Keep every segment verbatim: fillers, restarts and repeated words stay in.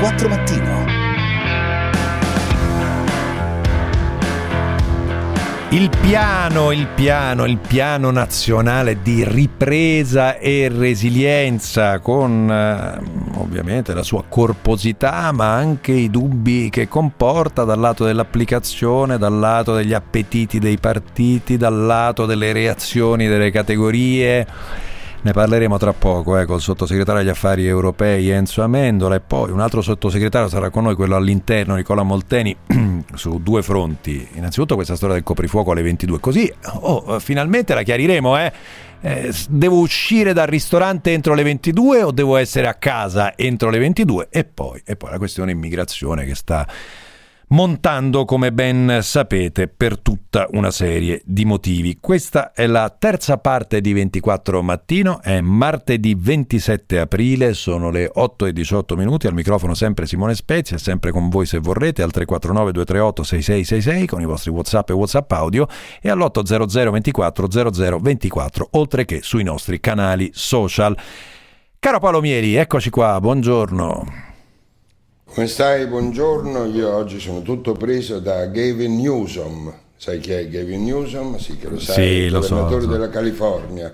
ventiquattro Mattino. Il piano, il piano, il piano nazionale di ripresa e resilienza, con eh, ovviamente la sua corposità, ma anche i dubbi che comporta dal lato dell'applicazione, dal lato degli appetiti dei partiti, dal lato delle reazioni delle categorie. Ne parleremo tra poco eh, col sottosegretario agli affari europei Enzo Amendola, e poi un altro sottosegretario sarà con noi, quello all'interno, Nicola Molteni, su due fronti. Innanzitutto questa storia del coprifuoco alle ventidue, così oh, finalmente la chiariremo, eh? Eh, devo uscire dal ristorante entro le ventidue o devo essere a casa entro le ventidue? E poi, e poi la questione immigrazione, che sta montando, come ben sapete, per tutta una serie di motivi. Questa è la terza parte di ventiquattro Mattino, è martedì ventisette aprile, sono le otto e diciotto minuti, al microfono sempre Simone Spezia, sempre con voi se vorrete, al tre quattro nove due tre otto sei sei sei sei con i vostri WhatsApp e WhatsApp audio, e all'otto zero zero ventiquattro zero zero ventiquattro, oltre che sui nostri canali social. Caro Paolo Mieli, eccoci qua, buongiorno. Come stai? Buongiorno, io oggi sono tutto preso da Gavin Newsom. Sai chi è Gavin Newsom? Sì, che lo sai, sì, il lo governatore so, della California.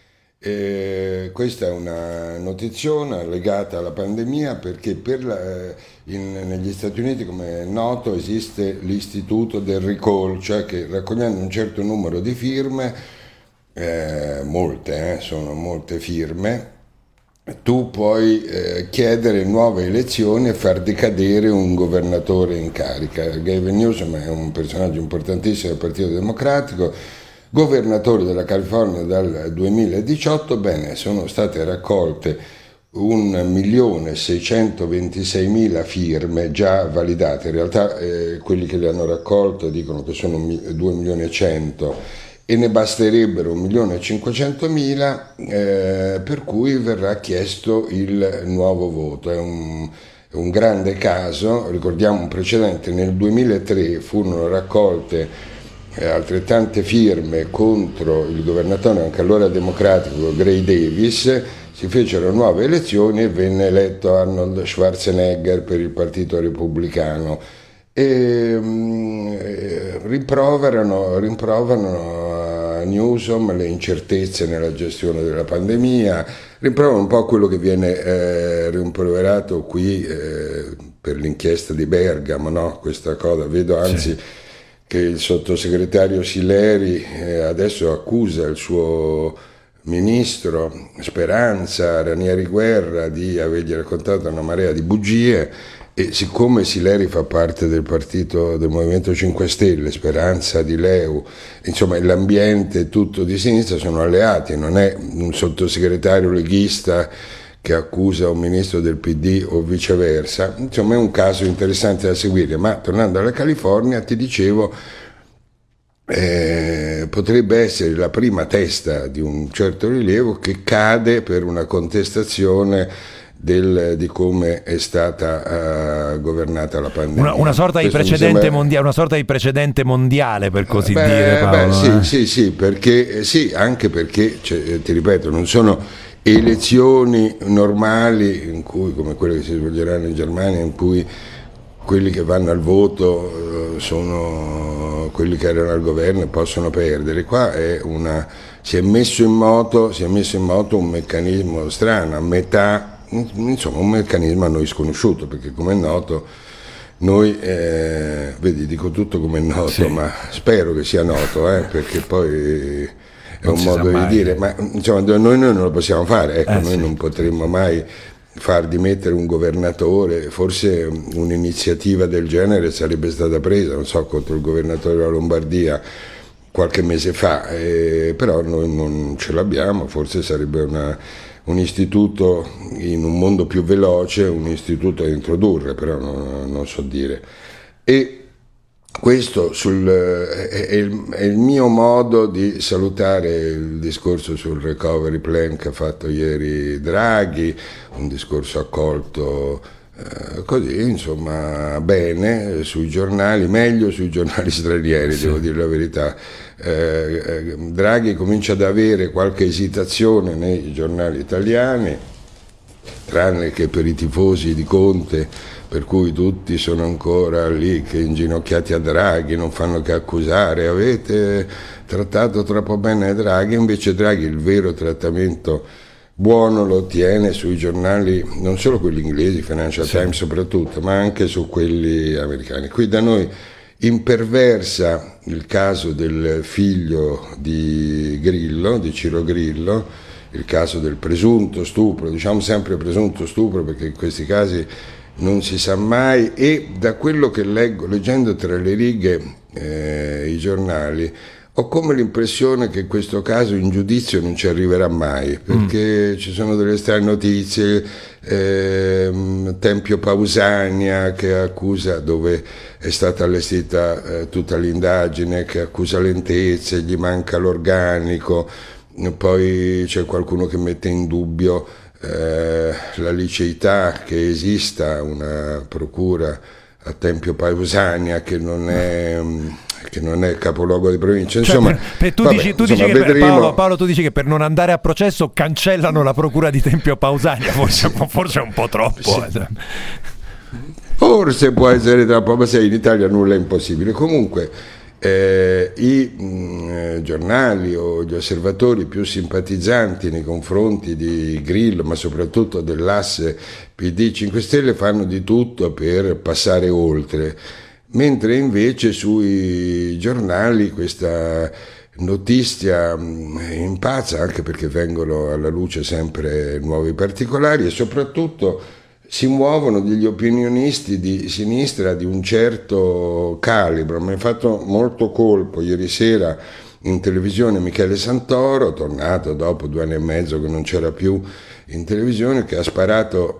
E questa è una notiziona legata alla pandemia, perché per la, in, negli Stati Uniti, come è noto, esiste l'istituto del recall, cioè che raccogliendo un certo numero di firme, eh, molte, eh, sono molte firme, tu puoi eh, chiedere nuove elezioni e far decadere un governatore in carica. Gavin Newsom è un personaggio importantissimo del Partito Democratico, governatore della California dal duemiladiciotto. Bene, sono state raccolte un milione seicentoventiseimila firme già validate. In realtà eh, quelli che le hanno raccolte dicono che sono due milioni e cento, e ne basterebbero un milione e cinquecentomila, eh, per cui verrà chiesto il nuovo voto. È un, è un grande caso. Ricordiamo un precedente: nel duemilatré furono raccolte eh, altrettante firme contro il governatore, anche allora democratico, Gray Davis. Si fecero nuove elezioni e venne eletto Arnold Schwarzenegger per il Partito Repubblicano. E um, rimproverano, rimproverano a Newsom le incertezze nella gestione della pandemia, rimproverano un po' quello che viene eh, rimproverato qui eh, per l'inchiesta di Bergamo, no? Questa cosa, vedo anzi sì, che il sottosegretario Sileri eh, adesso accusa il suo ministro Speranza, Ranieri Guerra, di avergli raccontato una marea di bugie. E siccome Sileri fa parte del partito del Movimento cinque Stelle, Speranza di Leu, insomma l'ambiente tutto di sinistra, sono alleati, non è un sottosegretario leghista che accusa un ministro del P D o viceversa. Insomma è un caso interessante da seguire. Ma tornando alla California, ti dicevo, eh, potrebbe essere la prima testa di un certo rilievo che cade per una contestazione Del, di come è stata uh, governata la pandemia. Una, una, sorta di precedente sembra... mondia- una sorta di precedente mondiale, per così beh, dire, Paolo. Beh, sì, eh? sì, sì, perché sì, anche perché, cioè, ti ripeto, non sono elezioni normali in cui, come quelle che si svolgeranno in Germania, in cui quelli che vanno al voto uh, sono quelli che erano al governo e possono perdere. Qua è una si è messo in moto, si è messo in moto un meccanismo strano, a metà. Insomma, un meccanismo a noi sconosciuto, perché come è noto noi, eh, vedi, dico tutto come è noto, sì, ma spero che sia noto, eh, perché poi è non un modo di dire, ma insomma noi, noi non lo possiamo fare, ecco, eh, noi sì, non potremmo mai far dimettere un governatore. Forse un'iniziativa del genere sarebbe stata presa, non so, contro il governatore della Lombardia qualche mese fa, eh, però noi non ce l'abbiamo. Forse sarebbe una un istituto in un mondo più veloce, un istituto da introdurre, però non, non so dire. E questo sul, è, è, il, è il mio modo di salutare il discorso sul recovery plan che ha fatto ieri Draghi, un discorso accolto eh, così, insomma, bene sui giornali, meglio sui giornali stranieri, sì, devo dire la verità. Eh, Draghi comincia ad avere qualche esitazione nei giornali italiani, tranne che per i tifosi di Conte, per cui tutti sono ancora lì che inginocchiati a Draghi, non fanno che accusare, avete trattato troppo bene Draghi, invece Draghi il vero trattamento buono lo ottiene sui giornali, non solo quelli inglesi, Financial sì. Times soprattutto, ma anche su quelli americani. Qui da noi imperversa il caso del figlio di Grillo, di Ciro Grillo, il caso del presunto stupro, diciamo sempre presunto stupro perché in questi casi non si sa mai, e da quello che leggo, leggendo tra le righe eh, i giornali, ho come l'impressione che in questo caso in giudizio non ci arriverà mai, perché mm. ci sono delle strane notizie, eh, Tempio Pausania che accusa, dove è stata allestita eh, tutta l'indagine, che accusa lentezze, gli manca l'organico, poi c'è qualcuno che mette in dubbio eh, la liceità che esista una procura a Tempio Pausania che non è... che non è capoluogo di provincia, insomma, cioè, per, per, tu vabbè, dici, tu insomma, dici che vedremo... Paolo, Paolo tu dici che per non andare a processo cancellano la procura di Tempio Pausania, forse, forse è un po' troppo sì. eh. Forse può essere troppo, ma sai, in Italia nulla è impossibile. Comunque eh, i mh, giornali o gli osservatori più simpatizzanti nei confronti di Grillo, ma soprattutto dell'asse P D cinque Stelle, fanno di tutto per passare oltre, mentre invece sui giornali questa notizia impazza, anche perché vengono alla luce sempre nuovi particolari, e soprattutto si muovono degli opinionisti di sinistra di un certo calibro. Mi ha fatto molto colpo ieri sera in televisione Michele Santoro, tornato dopo due anni e mezzo che non c'era più in televisione, che ha sparato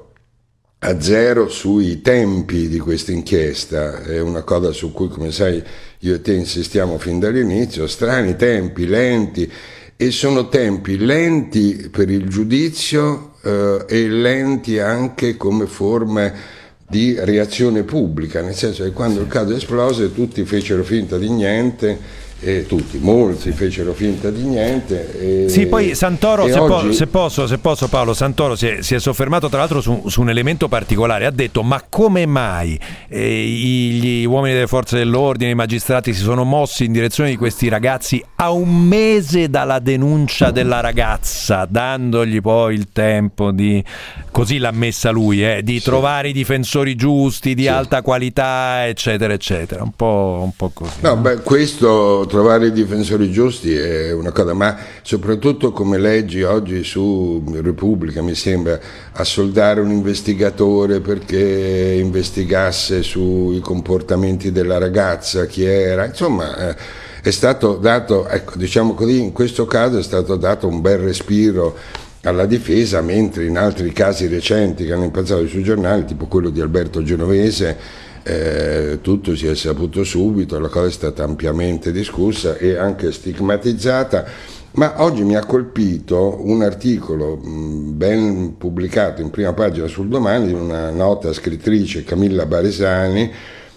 a zero sui tempi di questa inchiesta. È una cosa su cui, come sai, io e te insistiamo fin dall'inizio, strani tempi, lenti, e sono tempi lenti per il giudizio eh, e lenti anche come forma di reazione pubblica, nel senso che quando il caso esplose tutti fecero finta di niente, e tutti, molti fecero finta di niente. E, sì, poi Santoro, se, oggi... po- se, posso, se posso Paolo, Santoro si è, si è soffermato tra l'altro su, su un elemento particolare, ha detto: ma come mai eh, gli uomini delle forze dell'ordine, i magistrati si sono mossi in direzione di questi ragazzi a un mese dalla denuncia della ragazza, dandogli poi il tempo di, così l'ha messa lui, eh, di sì. trovare i difensori giusti, di sì. alta qualità, eccetera eccetera, un po', un po' così. No, no? Beh, questo, trovare i difensori giusti è una cosa, ma soprattutto, come leggi oggi su Repubblica, mi sembra, assoldare un investigatore perché investigasse sui comportamenti della ragazza, chi era, insomma eh, è stato dato, ecco, diciamo così, in questo caso è stato dato un bel respiro alla difesa, mentre in altri casi recenti che hanno impazzato sui giornali, tipo quello di Alberto Genovese, Eh, tutto si è saputo subito, la cosa è stata ampiamente discussa e anche stigmatizzata. Ma oggi mi ha colpito un articolo mh, ben pubblicato in prima pagina sul Domani di una nota scrittrice, Camilla Baresani,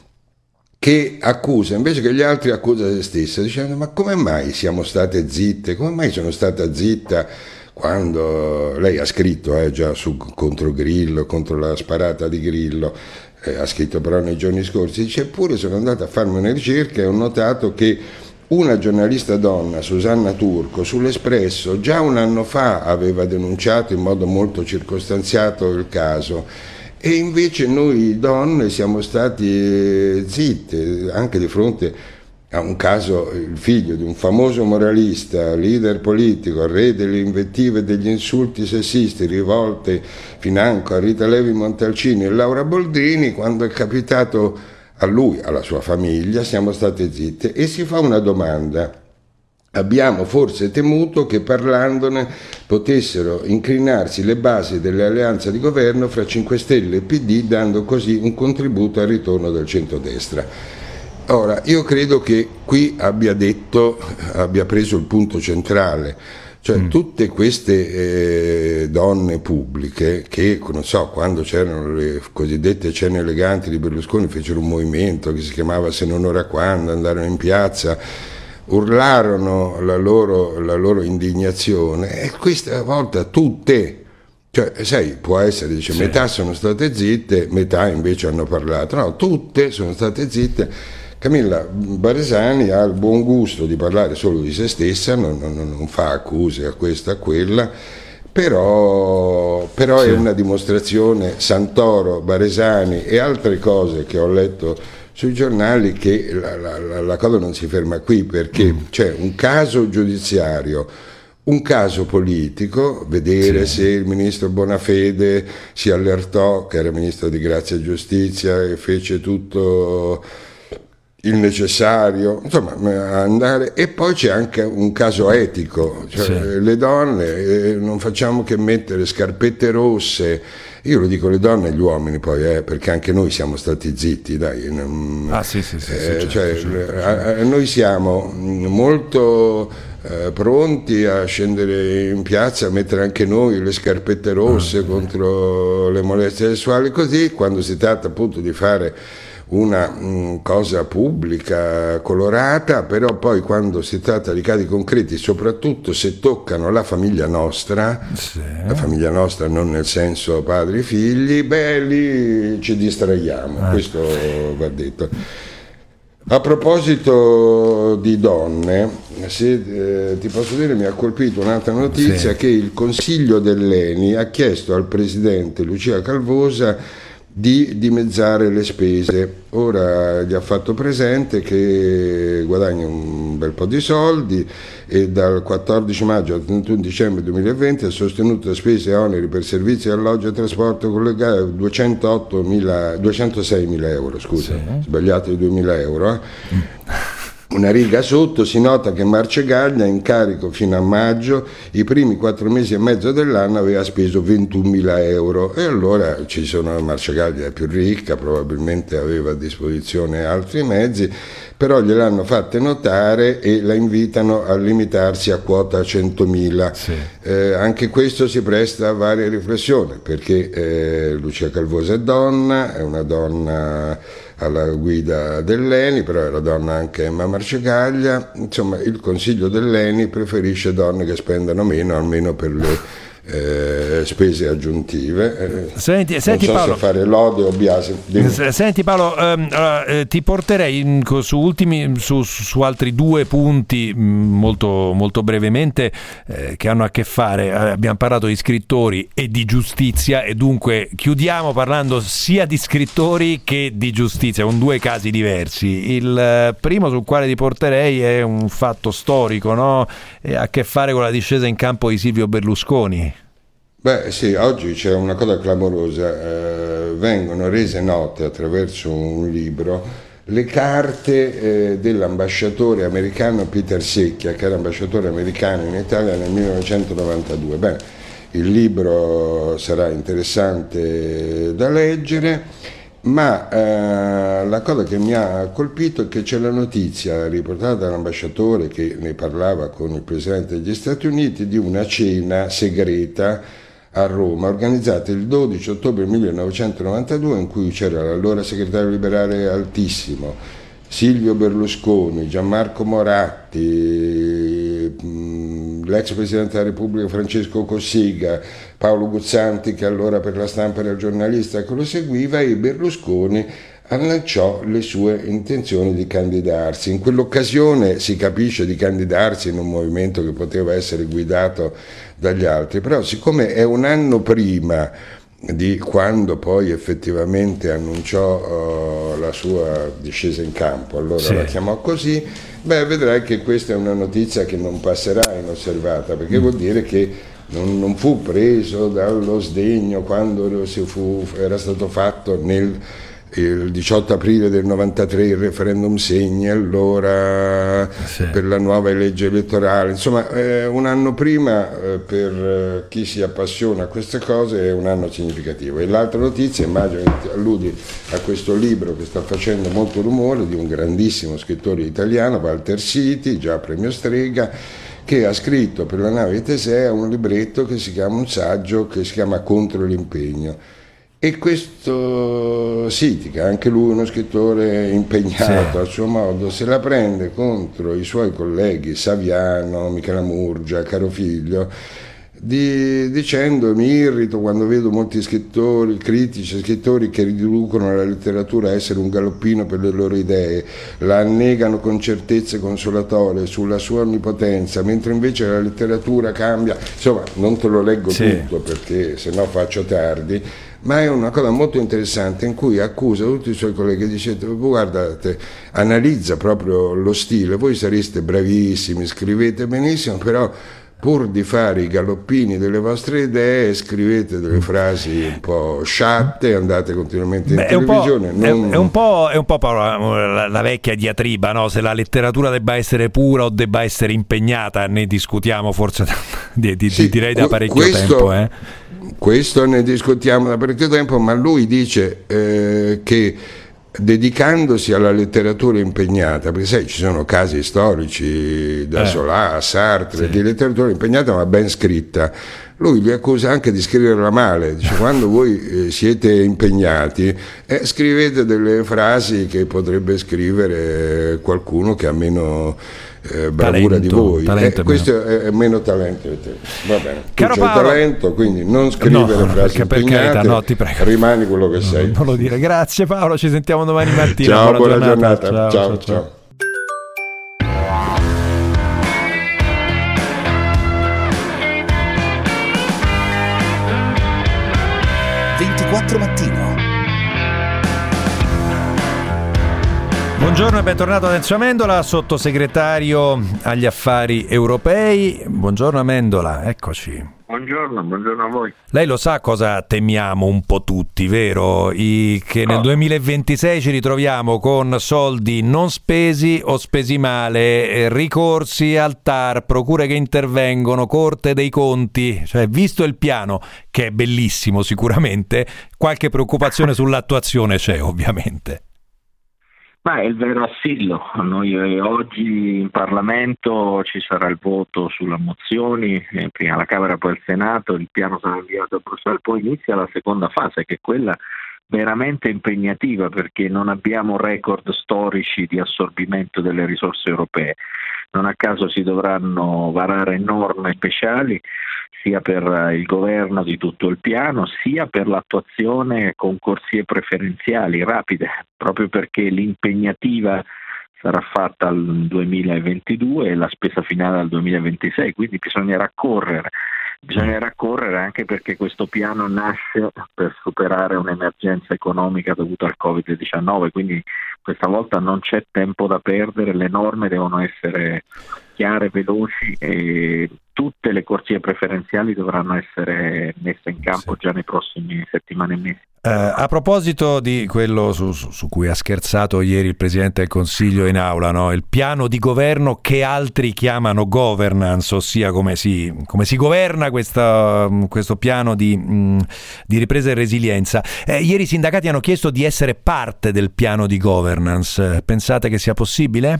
che accusa, invece che gli altri, accusa se stessa, dicendo: ma come mai siamo state zitte, come mai sono stata zitta quando lei ha scritto eh, già su, contro Grillo, contro la sparata di Grillo, eh, ha scritto però nei giorni scorsi, dice: eppure sono andata a farmi una ricerca e ho notato che una giornalista donna, Susanna Turco, sull'Espresso già un anno fa aveva denunciato in modo molto circostanziato il caso, e invece noi donne siamo stati zitte anche di fronte a un caso, il figlio di un famoso moralista, leader politico, re delle invettive e degli insulti sessisti rivolte financo a Rita Levi Montalcini e Laura Boldrini. Quando è capitato a lui, alla sua famiglia, siamo state zitte. E si fa una domanda: abbiamo forse temuto che parlandone potessero incrinarsi le basi dell'alleanza di governo fra cinque Stelle e P D, dando così un contributo al ritorno del centrodestra. Ora, io credo che qui abbia detto, abbia preso il punto centrale, cioè mm. tutte queste eh, donne pubbliche che, non so, quando c'erano le cosiddette cene eleganti di Berlusconi, fecero un movimento che si chiamava Se non ora quando, andarono in piazza, urlarono la loro, la loro indignazione, e questa volta tutte, Cioè, sai, può essere, dice, sì. metà sono state zitte, metà invece hanno parlato. No, tutte sono state zitte. Camilla Baresani ha il buon gusto di parlare solo di se stessa, non, non, non fa accuse a questa, a quella, però, però sì. è una dimostrazione, Santoro, Baresani e altre cose che ho letto sui giornali, che la, la, la cosa non si ferma qui, perché mm. c'è un caso giudiziario, un caso politico, vedere sì. se il ministro Bonafede si allertò, che era ministro di Grazia e Giustizia, e fece tutto il necessario, insomma, andare. E poi c'è anche un caso etico, cioè sì. le donne, eh, non facciamo che mettere scarpette rosse. Io lo dico le donne e gli uomini poi, eh, perché anche noi siamo stati zitti, dai. Non, ah sì sì sì, eh, sì certo, cioè, certo, a, a, noi siamo molto eh, pronti a scendere in piazza, a mettere anche noi le scarpette rosse ah, contro le molestie sessuali, così quando si tratta appunto di fare una mh, cosa pubblica, colorata, però poi quando si tratta di casi concreti, soprattutto se toccano la famiglia nostra, sì. la famiglia nostra non nel senso padri figli, beh lì ci distraiamo, eh. questo va detto. A proposito di donne, se eh, ti posso dire, mi ha colpito un'altra notizia, sì. che il Consiglio dell'Eni ha chiesto al presidente Lucia Calvosa di dimezzare le spese. Ora gli ha fatto presente che guadagna un bel po' di soldi e dal quattordici maggio al trentuno dicembre duemilaventi ha sostenuto spese e oneri per servizi, alloggio e trasporto collegati a duecentoseimila euro, scusa, sì. sbagliato di duemila euro. Eh. Una riga sotto si nota che Marcegaglia, in carico fino a maggio, i primi quattro mesi e mezzo dell'anno aveva speso ventunomila euro, e allora ci sono, Marcegaglia è più ricca, probabilmente aveva a disposizione altri mezzi, però gliel'hanno fatte notare e la invitano a limitarsi a quota centomila. Sì. Eh, anche questo si presta a varie riflessioni, perché eh, Lucia Calvosa è donna, è una donna alla guida dell'Eni, però era donna anche Emma Marcegaglia. Insomma, il Consiglio dell'Eni preferisce donne che spendano meno, almeno per le eh, spese aggiuntive. Eh, senti, non senti so Paolo, se fare lode o biase. Senti Paolo, ehm, eh, ti porterei in, su ultimi su, su altri due punti mh, molto, molto brevemente eh, che hanno a che fare, eh, abbiamo parlato di scrittori e di giustizia, e dunque chiudiamo parlando sia di scrittori che di giustizia, con due casi diversi. Il eh, primo sul quale ti porterei è un fatto storico, no? E ha a che fare con la discesa in campo di Silvio Berlusconi. Beh sì, oggi c'è una cosa clamorosa, eh, vengono rese note attraverso un libro le carte eh, dell'ambasciatore americano Peter Secchia, che era ambasciatore americano in Italia nel millenovecentonovantadue. Beh, il libro sarà interessante da leggere, ma eh, la cosa che mi ha colpito è che c'è la notizia riportata dall'ambasciatore, che ne parlava con il Presidente degli Stati Uniti, di una cena segreta a Roma, organizzata il dodici ottobre millenovecentonovantadue, in cui c'era l'allora segretario liberale altissimo, Silvio Berlusconi, Gianmarco Moratti, l'ex Presidente della Repubblica Francesco Cossiga, Paolo Guzzanti, che allora per la Stampa era il giornalista che lo seguiva, e Berlusconi annunciò le sue intenzioni di candidarsi. In quell'occasione si capisce di candidarsi in un movimento che poteva essere guidato dagli altri, però siccome è un anno prima di quando poi effettivamente annunciò uh, la sua discesa in campo, allora sì. la chiamò così, beh, vedrai che questa è una notizia che non passerà inosservata, perché mm. vuol dire che non, non fu preso dallo sdegno quando si fu, era stato fatto nel il diciotto aprile del novantatré il referendum Segni, allora sì. per la nuova legge elettorale, insomma eh, un anno prima eh, per eh, chi si appassiona a queste cose è un anno significativo. E l'altra notizia, immagino che alludi a questo libro che sta facendo molto rumore, di un grandissimo scrittore italiano, Walter Siti, già premio Strega, che ha scritto per la nave di Tesea un libretto che si chiama, un saggio che si chiama Contro l'impegno. E questo Siti, che anche lui uno scrittore impegnato sì. al suo modo, se la prende contro i suoi colleghi Saviano, Michela Murgia, Carofiglio, di, dicendo mi irrito quando vedo molti scrittori, critici, scrittori che riducono la letteratura a essere un galoppino per le loro idee, la annegano con certezze consolatorie sulla sua onnipotenza, mentre invece la letteratura cambia. Insomma, non te lo leggo sì. tutto perché sennò faccio tardi, ma è una cosa molto interessante in cui accusa tutti i suoi colleghi, dice guardate, analizza proprio lo stile, voi sareste bravissimi, scrivete benissimo, però pur di fare i galoppini delle vostre idee scrivete delle frasi un po' sciatte, andate continuamente in Beh, televisione. È un, non... è, è un po', è un po' la, la vecchia diatriba, no? Se la letteratura debba essere pura o debba essere impegnata, ne discutiamo forse da, di, di, sì, direi da parecchio questo, tempo. Eh? Questo ne discutiamo da parecchio tempo, ma lui dice eh, che dedicandosi alla letteratura impegnata, perché sai ci sono casi storici da eh, Solà, Sartre, sì. di letteratura impegnata ma ben scritta, lui li accusa anche di scriverla male, dice quando voi eh, siete impegnati eh, scrivete delle frasi che potrebbe scrivere qualcuno che ha meno eh, bravura talento, di voi, eh, questo è, è meno talento di te. Va bene, tu Caro c'hai Paolo, talento, quindi non scrivere no, frasi per impegnate, carità, no, ti prego. Rimani quello che no, sei. Non lo dire. Grazie Paolo, ci sentiamo domani mattina. Ciao, buona, buona giornata, giornata. Ciao, ciao, ciao. ciao. ventiquattro Mattino. Buongiorno e bentornato ad Enzo Amendola, sottosegretario agli affari europei. Buongiorno Amendola, eccoci. Buongiorno, buongiorno a voi. Lei lo sa cosa temiamo un po' tutti, vero? I, che nel duemilaventisei ci ritroviamo con soldi non spesi o spesi male, ricorsi al T A R, procure che intervengono, Corte dei Conti. Cioè, visto il piano, che è bellissimo sicuramente, qualche preoccupazione sull'attuazione c'è ovviamente. Ma è il vero assillo. Noi eh, oggi in Parlamento ci sarà il voto sulle mozioni, eh, prima la Camera poi il Senato, il piano sarà inviato a Bruxelles, poi inizia la seconda fase che è quella veramente impegnativa perché non abbiamo record storici di assorbimento delle risorse europee. Non a caso si dovranno varare norme speciali sia per il governo di tutto il piano, sia per l'attuazione con corsie preferenziali rapide, proprio perché l'impegnativa sarà fatta al duemilaventidue e la spesa finale al duemilaventisei, quindi bisognerà correre. Bisognerà correre anche perché questo piano nasce per superare un'emergenza economica dovuta al covid diciannove, quindi questa volta non c'è tempo da perdere, le norme devono essere chiare, veloci e tutte le corsie preferenziali dovranno essere messe in campo già nei prossimi settimane e mesi. Uh, a proposito di quello su, su, su cui ha scherzato ieri il Presidente del Consiglio in aula, no? Il piano di governo che altri chiamano governance, ossia come si, come si governa questa, questo piano di, mh, di ripresa e resilienza. Eh, ieri i sindacati hanno chiesto di essere parte del piano di governance. Pensate che sia possibile?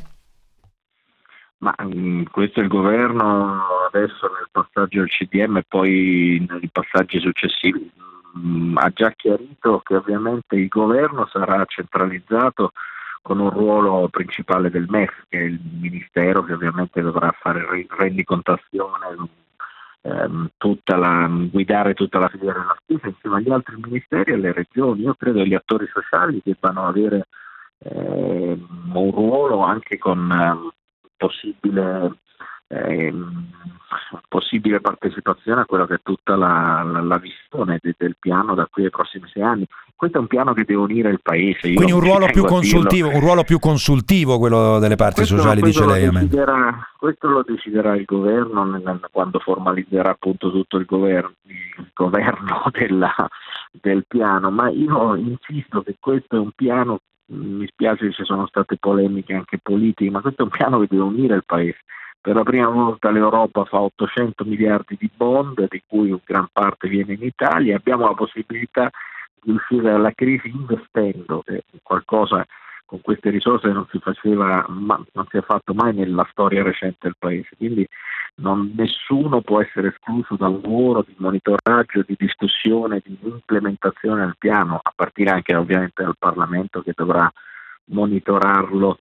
Ma mh, questo è il governo adesso nel passaggio al C D M e poi nei passaggi successivi mh, ha già chiarito che ovviamente il governo sarà centralizzato con un ruolo principale del M E F, che è il ministero che ovviamente dovrà fare rendicontazione, ehm, tutta la, guidare tutta la filiera della spesa insieme agli altri ministeri e alle regioni. Io credo che gli attori sociali debbano avere eh, un ruolo anche con eh, possibile eh, possibile partecipazione a quella che è tutta la, la, la visione de, del piano da qui ai prossimi sei anni. Questo è un piano che deve unire il paese. Io Quindi un ruolo più consultivo, un ruolo più consultivo quello delle parti questo, sociali, questo dice lei. Deciderà, questo lo deciderà il governo nel, quando formalizzerà appunto tutto il governo, il governo della, del piano, ma io insisto che questo è un piano. Mi spiace che ci sono state polemiche anche politiche, ma questo è un piano che deve unire il paese. Per la prima volta l'Europa fa ottocento miliardi di bond, di cui gran parte viene in Italia, abbiamo la possibilità di uscire dalla crisi investendo, eh, qualcosa con queste risorse non si faceva, ma non si è fatto mai nella storia recente del paese. Quindi non, nessuno può essere escluso dal lavoro di monitoraggio, di discussione, di implementazione del piano, a partire anche ovviamente dal Parlamento che dovrà monitorarlo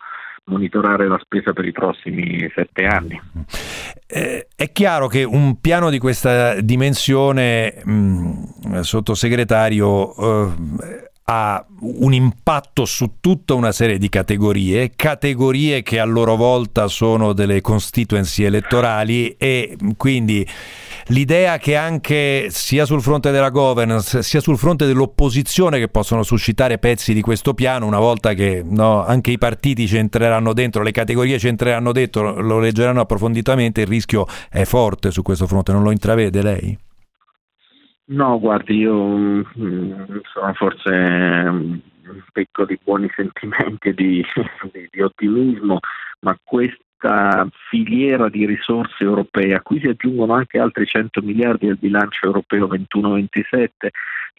monitorare la spesa per i prossimi sette anni. Eh, è chiaro che un piano di questa dimensione, mh, sottosegretario, eh, ha un impatto su tutta una serie di categorie, categorie che a loro volta sono delle constituency elettorali, e quindi l'idea che anche sia sul fronte della governance sia sul fronte dell'opposizione che possono suscitare pezzi di questo piano, una volta che no, anche i partiti ci entreranno dentro, le categorie ci entreranno dentro, lo leggeranno approfonditamente, il rischio è forte su questo fronte, non lo intravede lei? No, guardi, io mh, sono forse un pecco di buoni sentimenti e di, di, di ottimismo, ma questa filiera di risorse europee, a cui si aggiungono anche altri cento miliardi del bilancio europeo ventuno ventisette,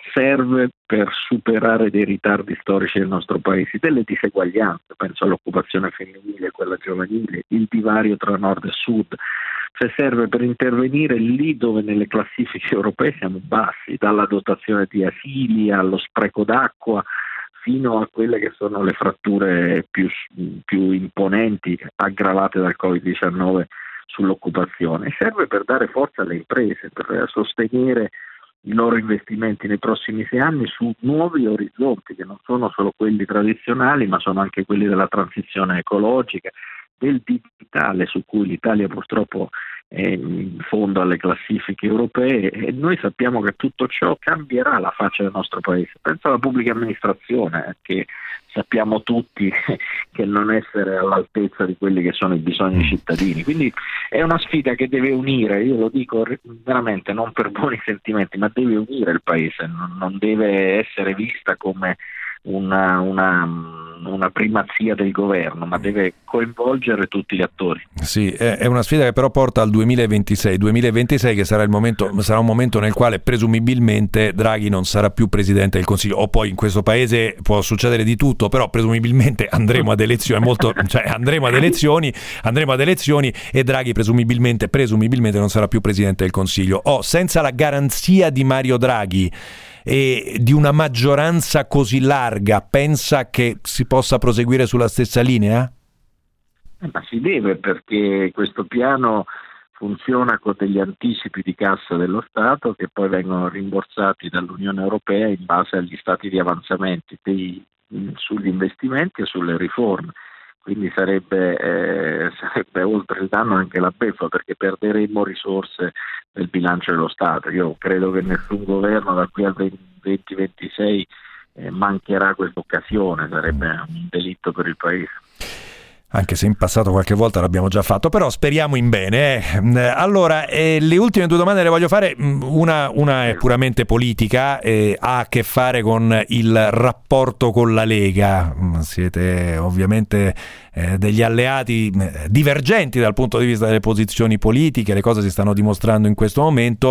serve per superare dei ritardi storici del nostro paese, delle diseguaglianze, penso all'occupazione femminile, quella giovanile, il divario tra nord e sud. Cioè serve per intervenire lì dove nelle classifiche europee siamo bassi, dalla dotazione di asili allo spreco d'acqua fino a quelle che sono le fratture più, più imponenti aggravate dal covid diciannove sull'occupazione. Serve per dare forza alle imprese, per sostenere i loro investimenti nei prossimi sei anni su nuovi orizzonti che non sono solo quelli tradizionali, ma sono anche quelli della transizione ecologica, del digitale, su cui l'Italia purtroppo è in fondo alle classifiche europee, e noi sappiamo che tutto ciò cambierà la faccia del nostro paese. Penso alla pubblica amministrazione, che sappiamo tutti che non essere all'altezza di quelli che sono i bisogni dei cittadini, quindi è una sfida che deve unire, io lo dico veramente non per buoni sentimenti, ma deve unire il paese, non, non deve essere vista come Una, una, una primazia del governo, ma deve coinvolgere tutti gli attori. Sì, è una sfida che però porta al duemilaventisei, duemilaventisei che sarà il momento, sarà un momento nel quale presumibilmente Draghi non sarà più Presidente del Consiglio, o poi in questo paese può succedere di tutto, però presumibilmente andremo ad elezioni, molto, cioè andremo ad elezioni, andremo ad elezioni e Draghi presumibilmente, presumibilmente non sarà più Presidente del Consiglio. Oh, senza la garanzia di Mario Draghi e di una maggioranza così larga, pensa che si possa proseguire sulla stessa linea? Eh, ma si deve, perché questo piano funziona con degli anticipi di cassa dello Stato che poi vengono rimborsati dall'Unione Europea in base agli stati di avanzamento dei, sugli investimenti e sulle riforme. Quindi sarebbe, eh, sarebbe oltre il danno anche la beffa, perché perderemo risorse del bilancio dello Stato. Io credo che nessun governo da qui al duemilaventisei eh, mancherà questa occasione, sarebbe un delitto per il Paese. Anche se in passato qualche volta l'abbiamo già fatto, però speriamo in bene. Eh. Allora, eh, le ultime due domande le voglio fare, una, una è puramente politica, eh, ha a che fare con il rapporto con la Lega. Siete ovviamente eh, degli alleati eh, divergenti dal punto di vista delle posizioni politiche, le cose si stanno dimostrando in questo momento,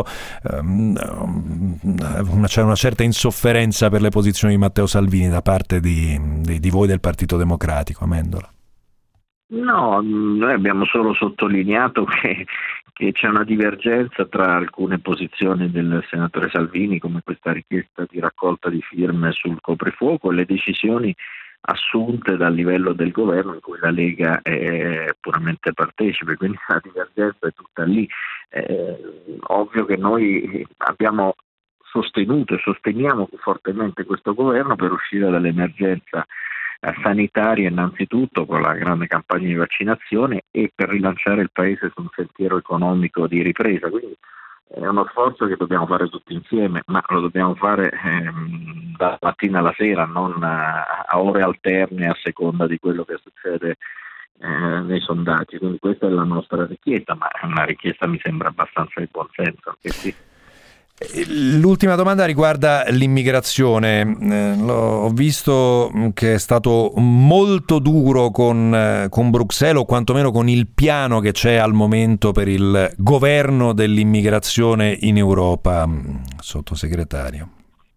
ehm, c'è una certa insofferenza per le posizioni di Matteo Salvini da parte di, di, di voi del Partito Democratico, Amendola. No, noi abbiamo solo sottolineato che, che c'è una divergenza tra alcune posizioni del senatore Salvini, come questa richiesta di raccolta di firme sul coprifuoco, e le decisioni assunte dal livello del governo in cui la Lega è puramente partecipe, quindi la divergenza è tutta lì. È ovvio che noi abbiamo sostenuto e sosteniamo fortemente questo governo per uscire dall'emergenza sanitaria innanzitutto con la grande campagna di vaccinazione e per rilanciare il paese su un sentiero economico di ripresa, quindi è uno sforzo che dobbiamo fare tutti insieme, ma lo dobbiamo fare ehm, dalla mattina alla sera, non a, a ore alterne a seconda di quello che succede eh, nei sondaggi, quindi questa è la nostra richiesta, ma è una richiesta mi sembra abbastanza di buon senso anche qui. L'ultima domanda riguarda l'immigrazione. Eh, ho visto che è stato molto duro con, eh, con Bruxelles, o quantomeno con il piano che c'è al momento per il governo dell'immigrazione in Europa, sottosegretario.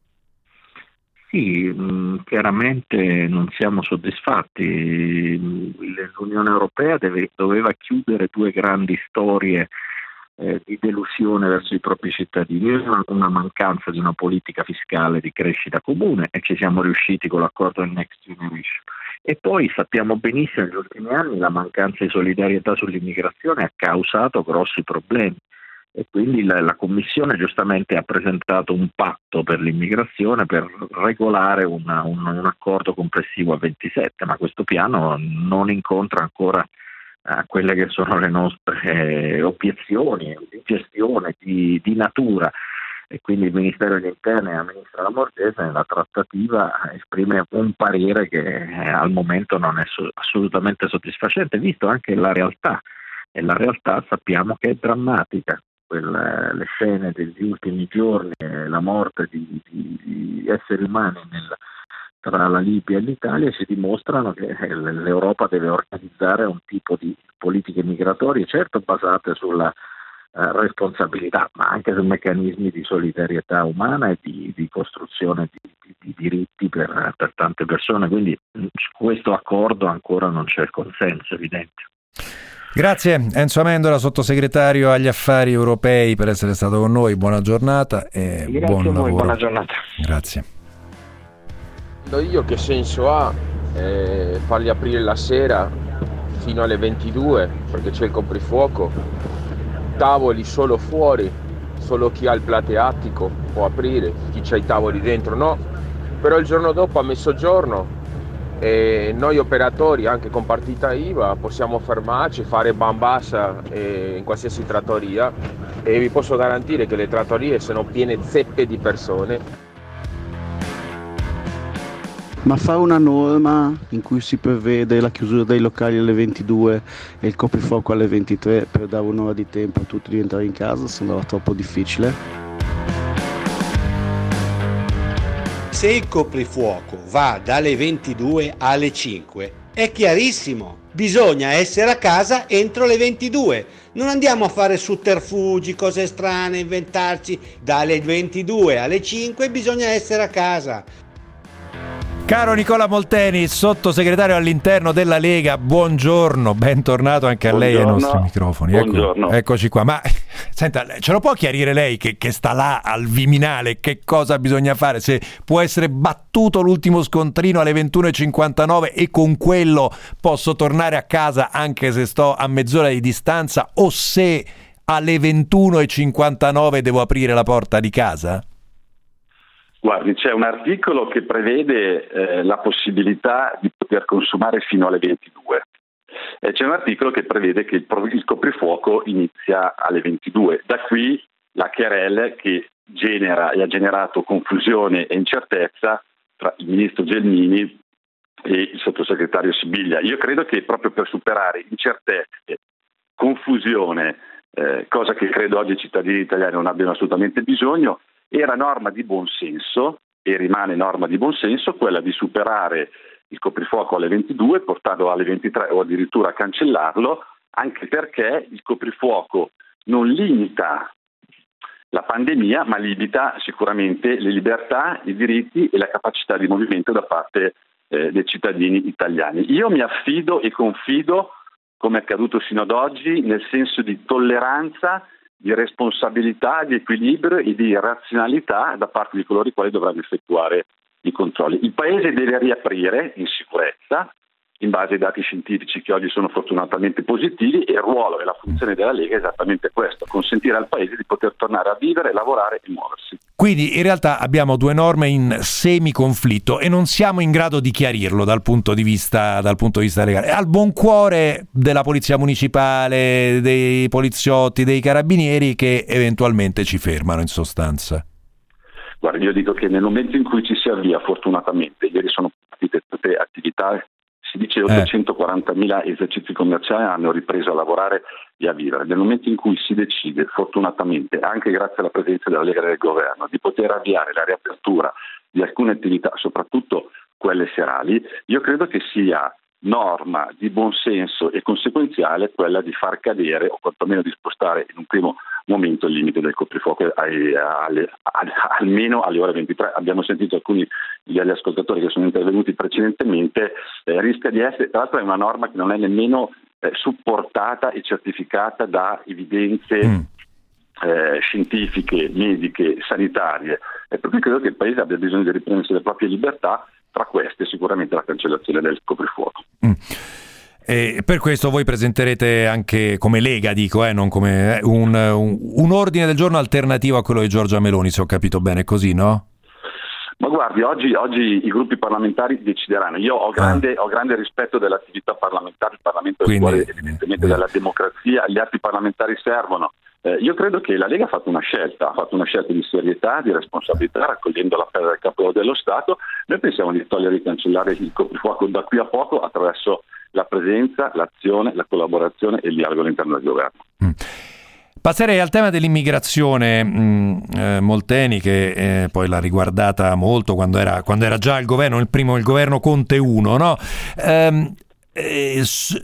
Sì, mh, chiaramente non siamo soddisfatti. L'Unione Europea deve, doveva chiudere due grandi storie eh, di delusione verso i propri cittadini, una, una mancanza di una politica fiscale di crescita comune, e ci siamo riusciti con l'accordo del Next Generation. E poi sappiamo benissimo negli ultimi anni la mancanza di solidarietà sull'immigrazione ha causato grossi problemi, e quindi la, la Commissione giustamente ha presentato un patto per l'immigrazione per regolare una, un, un accordo complessivo a ventisette, ma questo piano non incontra ancora eh, quelle che sono le nostre eh, obiezioni di gestione, di, di natura, e quindi il Ministero degli Interni e la Ministra Lamorgese nella trattativa esprime un parere che eh, al momento non è so- assolutamente soddisfacente, visto anche la realtà, e la realtà sappiamo che è drammatica. Quelle, le scene degli ultimi giorni, la morte di, di, di esseri umani nel, tra la Libia e l'Italia ci dimostrano che l'Europa deve organizzare un tipo di politiche migratorie, certo basate sulla eh, responsabilità, ma anche su meccanismi di solidarietà umana e di, di costruzione di, di, di diritti per, per tante persone. Quindi su questo accordo ancora non c'è il consenso evidente. Grazie Enzo Amendola, sottosegretario agli affari europei, per essere stato con noi. Buona giornata e Grazie buon a voi, lavoro. buona giornata. Grazie. Io che senso ha eh, farli aprire la sera fino alle ventidue perché c'è il coprifuoco, tavoli solo fuori, solo chi ha il plateatico può aprire, chi c'ha i tavoli dentro no, però il giorno dopo a mezzogiorno e noi operatori anche con partita I V A possiamo fermarci, fare bambassa eh, in qualsiasi trattoria, e vi posso garantire che le trattorie sono piene zeppe di persone. Ma fare una norma in cui si prevede la chiusura dei locali alle ventidue e il coprifuoco alle ventitré per dare un'ora di tempo a tutti di entrare in casa sembrava troppo difficile. Se il coprifuoco va dalle ventidue alle cinque, è chiarissimo, bisogna essere a casa entro le ventidue. Non andiamo a fare sotterfugi, cose strane, inventarci. Dalle ventidue alle cinque bisogna essere a casa. Caro Nicola Molteni, sottosegretario all'interno della Lega, buongiorno, bentornato anche a buongiorno. Lei ai nostri microfoni. Buongiorno. Ecco, eccoci qua. Ma senta, ce lo può chiarire lei che, che sta là al Viminale, che cosa bisogna fare? Se può essere battuto l'ultimo scontrino alle ventuno e cinquantanove e con quello posso tornare a casa anche se sto a mezz'ora di distanza, o se alle ventuno e cinquantanove devo aprire la porta di casa? Guardi, c'è un articolo che prevede eh, la possibilità di poter consumare fino alle ventidue. E c'è un articolo che prevede che il, il coprifuoco inizia alle ventidue. Da qui la querela che genera e ha generato confusione e incertezza tra il ministro Gelmini e il sottosegretario Sibiglia. Io credo che proprio per superare incertezze, confusione, eh, cosa che credo oggi i cittadini italiani non abbiano assolutamente bisogno, era norma di buonsenso e rimane norma di buonsenso quella di superare il coprifuoco alle ventidue, portarlo alle ventitré o addirittura cancellarlo, anche perché il coprifuoco non limita la pandemia, ma limita sicuramente le libertà, i diritti e la capacità di movimento da parte eh, dei cittadini italiani. Io mi affido e confido, come è accaduto sino ad oggi, nel senso di tolleranza, di responsabilità, di equilibrio e di razionalità da parte di coloro i quali dovranno effettuare i controlli. Il Paese deve riaprire in sicurezza, in base ai dati scientifici che oggi sono fortunatamente positivi, e il ruolo e la funzione della Lega è esattamente questo: consentire al Paese di poter tornare a vivere, lavorare e muoversi. Quindi in realtà abbiamo due norme in semi-conflitto e non siamo in grado di chiarirlo dal punto di vista, dal punto di vista legale. Al buon cuore della Polizia Municipale, dei poliziotti, dei carabinieri che eventualmente ci fermano in sostanza. Guarda, io dico che nel momento in cui ci si avvia, fortunatamente, ieri sono partite tutte attività, si dice ottocentoquarantamila esercizi commerciali hanno ripreso a lavorare e a vivere. Nel momento in cui si decide, fortunatamente, anche grazie alla presenza della Lega del Governo, di poter avviare la riapertura di alcune attività, soprattutto quelle serali, io credo che sia norma di buonsenso e conseguenziale quella di far cadere, o quantomeno di spostare in un primo momento, il limite del coprifuoco ai, alle, alle, almeno alle ore ventitré. Abbiamo sentito alcuni degli ascoltatori che sono intervenuti precedentemente, eh, rischia di essere, tra l'altro è una norma che non è nemmeno eh, supportata e certificata da evidenze mm. eh, scientifiche, mediche, sanitarie, e per cui credo che il Paese abbia bisogno di riprendersi le proprie libertà, tra queste sicuramente la cancellazione del coprifuoco. Mm. E per questo voi presenterete anche come Lega, dico, eh, non come eh, un, un, un ordine del giorno alternativo a quello di Giorgia Meloni, se ho capito bene, così, no? Ma guardi, oggi, oggi i gruppi parlamentari decideranno. Io ho grande, ah. ho grande rispetto dell'attività parlamentare, il Parlamento è il cuore evidentemente eh. della democrazia, gli atti parlamentari servono. Eh, io credo che la Lega ha fatto una scelta, ha fatto una scelta di serietà, di responsabilità, raccogliendo l'appello del Capo dello Stato. Noi pensiamo di togliere e cancellare il coprifuoco da qui a poco attraverso la presenza, l'azione, la collaborazione e il dialogo all'interno del governo. Mm. Passerei al tema dell'immigrazione, mh, eh, Molteni, che eh, poi l'ha riguardata molto quando era, quando era già il governo, il primo il governo Conte uno, no? Ehm, eh,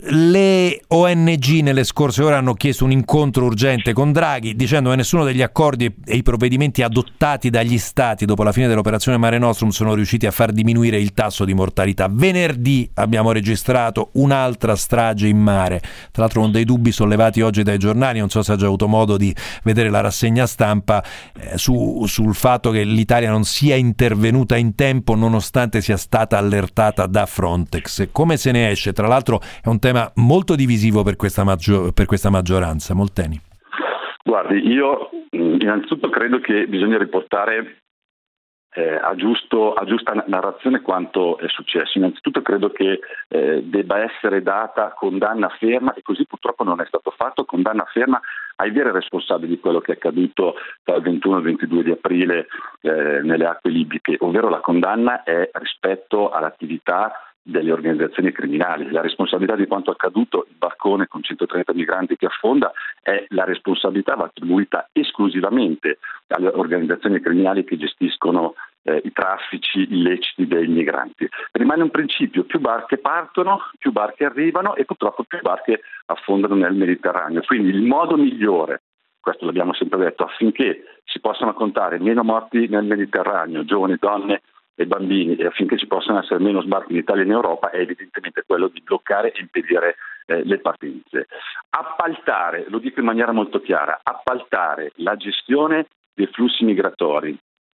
le O N G nelle scorse ore hanno chiesto un incontro urgente con Draghi, dicendo che nessuno degli accordi e i provvedimenti adottati dagli stati dopo la fine dell'operazione Mare Nostrum sono riusciti a far diminuire il tasso di mortalità. Venerdì abbiamo registrato un'altra strage in mare, tra l'altro con dei dubbi sollevati oggi dai giornali, non so se ha già avuto modo di vedere la rassegna stampa, eh, su, sul fatto che l'Italia non sia intervenuta in tempo nonostante sia stata allertata da Frontex. Come se ne esce? Tra l'altro è un tema molto divisivo per questa, maggio- per questa maggioranza. Molteni. Guardi, io innanzitutto credo che bisogna riportare eh, a, giusto, a giusta narrazione quanto è successo. Innanzitutto credo che eh, debba essere data condanna ferma, e così purtroppo non è stato fatto, condanna ferma ai veri responsabili di quello che è accaduto tra il ventuno e il ventidue di aprile eh, nelle acque libiche, ovvero la condanna è rispetto all'attività delle organizzazioni criminali. La responsabilità di quanto accaduto, il barcone con centotrenta migranti che affonda, è la responsabilità va attribuita esclusivamente alle organizzazioni criminali che gestiscono eh, i traffici illeciti dei migranti. Rimane un principio: più barche partono, più barche arrivano e purtroppo più barche affondano nel Mediterraneo. Quindi il modo migliore, questo l'abbiamo sempre detto, affinché si possano contare meno morti nel Mediterraneo, giovani, donne e bambini, e affinché ci possano essere meno sbarchi in Italia e in Europa, è evidentemente quello di bloccare e impedire eh, le partenze. Appaltare, lo dico in maniera molto chiara, appaltare la gestione dei flussi migratori,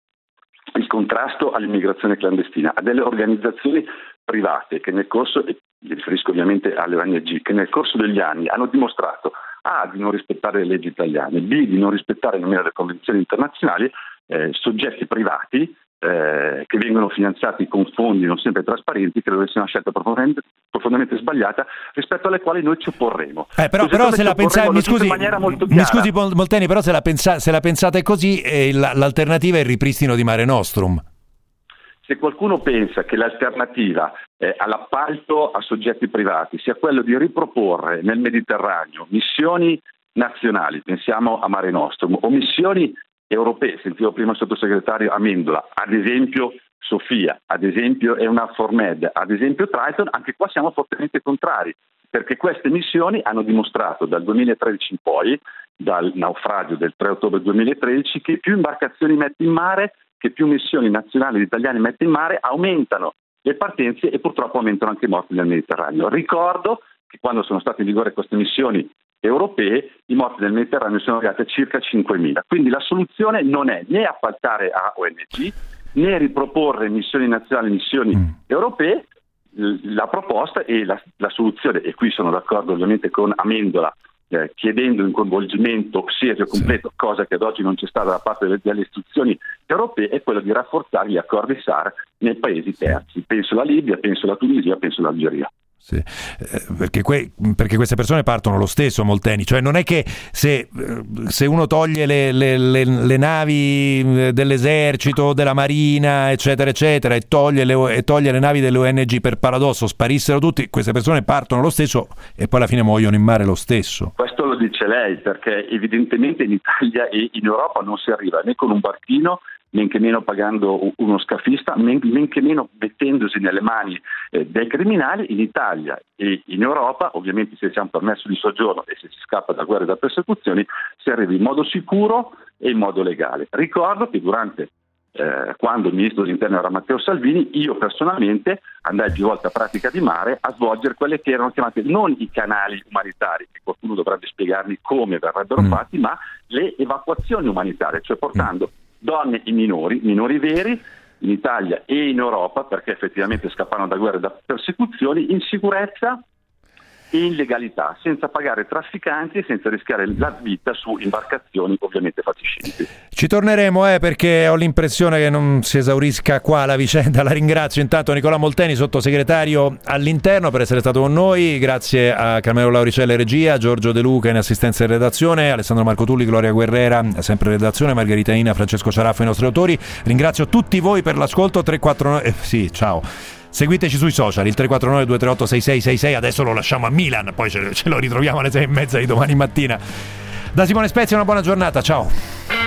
il contrasto all'immigrazione clandestina a delle organizzazioni private che nel corso, e mi riferisco ovviamente alle O N G, che nel corso degli anni hanno dimostrato A, di non rispettare le leggi italiane, B, di non rispettare nemmeno le convenzioni internazionali, eh, soggetti privati Eh, che vengono finanziati con fondi non sempre trasparenti, credo che sia una scelta profondamente, profondamente sbagliata, rispetto alle quali noi ci opporremo. Eh, però, però se la pensate, mi scusi, mi scusi Molteni, però se la, pensa, se la pensate così, eh, l'alternativa è il ripristino di Mare Nostrum. Se qualcuno pensa che l'alternativa eh, all'appalto a soggetti privati sia quello di riproporre nel Mediterraneo missioni nazionali, pensiamo a Mare Nostrum, o missioni europee, sentivo prima il sottosegretario Amendola, ad esempio Sofia, ad esempio EUNAVFOR Med, ad esempio Triton, anche qua siamo fortemente contrari, perché queste missioni hanno dimostrato dal duemilatredici in poi, dal naufragio del tre ottobre duemilatredici, che più imbarcazioni mette in mare, che più missioni nazionali ed italiane mette in mare, aumentano le partenze e purtroppo aumentano anche i morti nel Mediterraneo. Ricordo che quando sono state in vigore queste missioni europee, i morti nel Mediterraneo sono arrivati a circa cinquemila. Quindi la soluzione non è né appaltare a O N G né riproporre missioni nazionali, missioni mm. europee. La proposta e la, la soluzione, e qui sono d'accordo ovviamente con Amendola, eh, chiedendo un coinvolgimento serio e completo, sì. cosa che ad oggi non c'è stata da parte delle, delle istituzioni europee, è quello di rafforzare gli accordi S A R nei paesi terzi. Penso alla Libia, penso alla Tunisia, penso all'Algeria. Sì, eh, perché, que- perché queste persone partono lo stesso, Molteni, cioè non è che se, se uno toglie le, le, le, le navi dell'esercito, della marina, eccetera eccetera, e toglie, le, e toglie le navi delle O N G, per paradosso sparissero tutti, queste persone partono lo stesso e poi alla fine muoiono in mare lo stesso. Questo lo dice lei, perché evidentemente in Italia e in Europa non si arriva né con un barchino, men che meno pagando uno scafista, men, men che meno mettendosi nelle mani eh, dei criminali. In Italia e in Europa, ovviamente se c'è un permesso di soggiorno e se si scappa da guerre e da persecuzioni, si arriva in modo sicuro e in modo legale. Ricordo che durante eh, quando il ministro dell'interno era Matteo Salvini, io personalmente andai più volte a Pratica di Mare a svolgere quelle che erano chiamate non i canali umanitari, che qualcuno dovrebbe spiegarmi come verrebbero mm. fatti, ma le evacuazioni umanitarie, cioè portando mm. donne e minori, minori veri, in Italia e in Europa, perché effettivamente scappano da guerre e da persecuzioni, in sicurezza e in legalità, senza pagare trafficanti e senza rischiare la vita su imbarcazioni ovviamente fatiscenti. Ci torneremo eh, perché ho l'impressione che non si esaurisca qua la vicenda. La ringrazio intanto Nicolò Molteni, sottosegretario all'interno, per essere stato con noi. Grazie a Carmelo Lauricella in regia, Giorgio De Luca in assistenza e redazione, Alessandro Marco Tulli, Gloria Guerrera sempre in redazione, Margherita Ina, Francesco Ciaraffo i nostri autori. Ringrazio tutti voi per l'ascolto. tre quattro nove eh, sì, ciao. Seguiteci sui social, il tre quattro nove due tre otto sei sei sei sei, adesso lo lasciamo a Milan, poi ce, ce lo ritroviamo alle sei e mezza di domani mattina. Da Simone Spezia una buona giornata, ciao.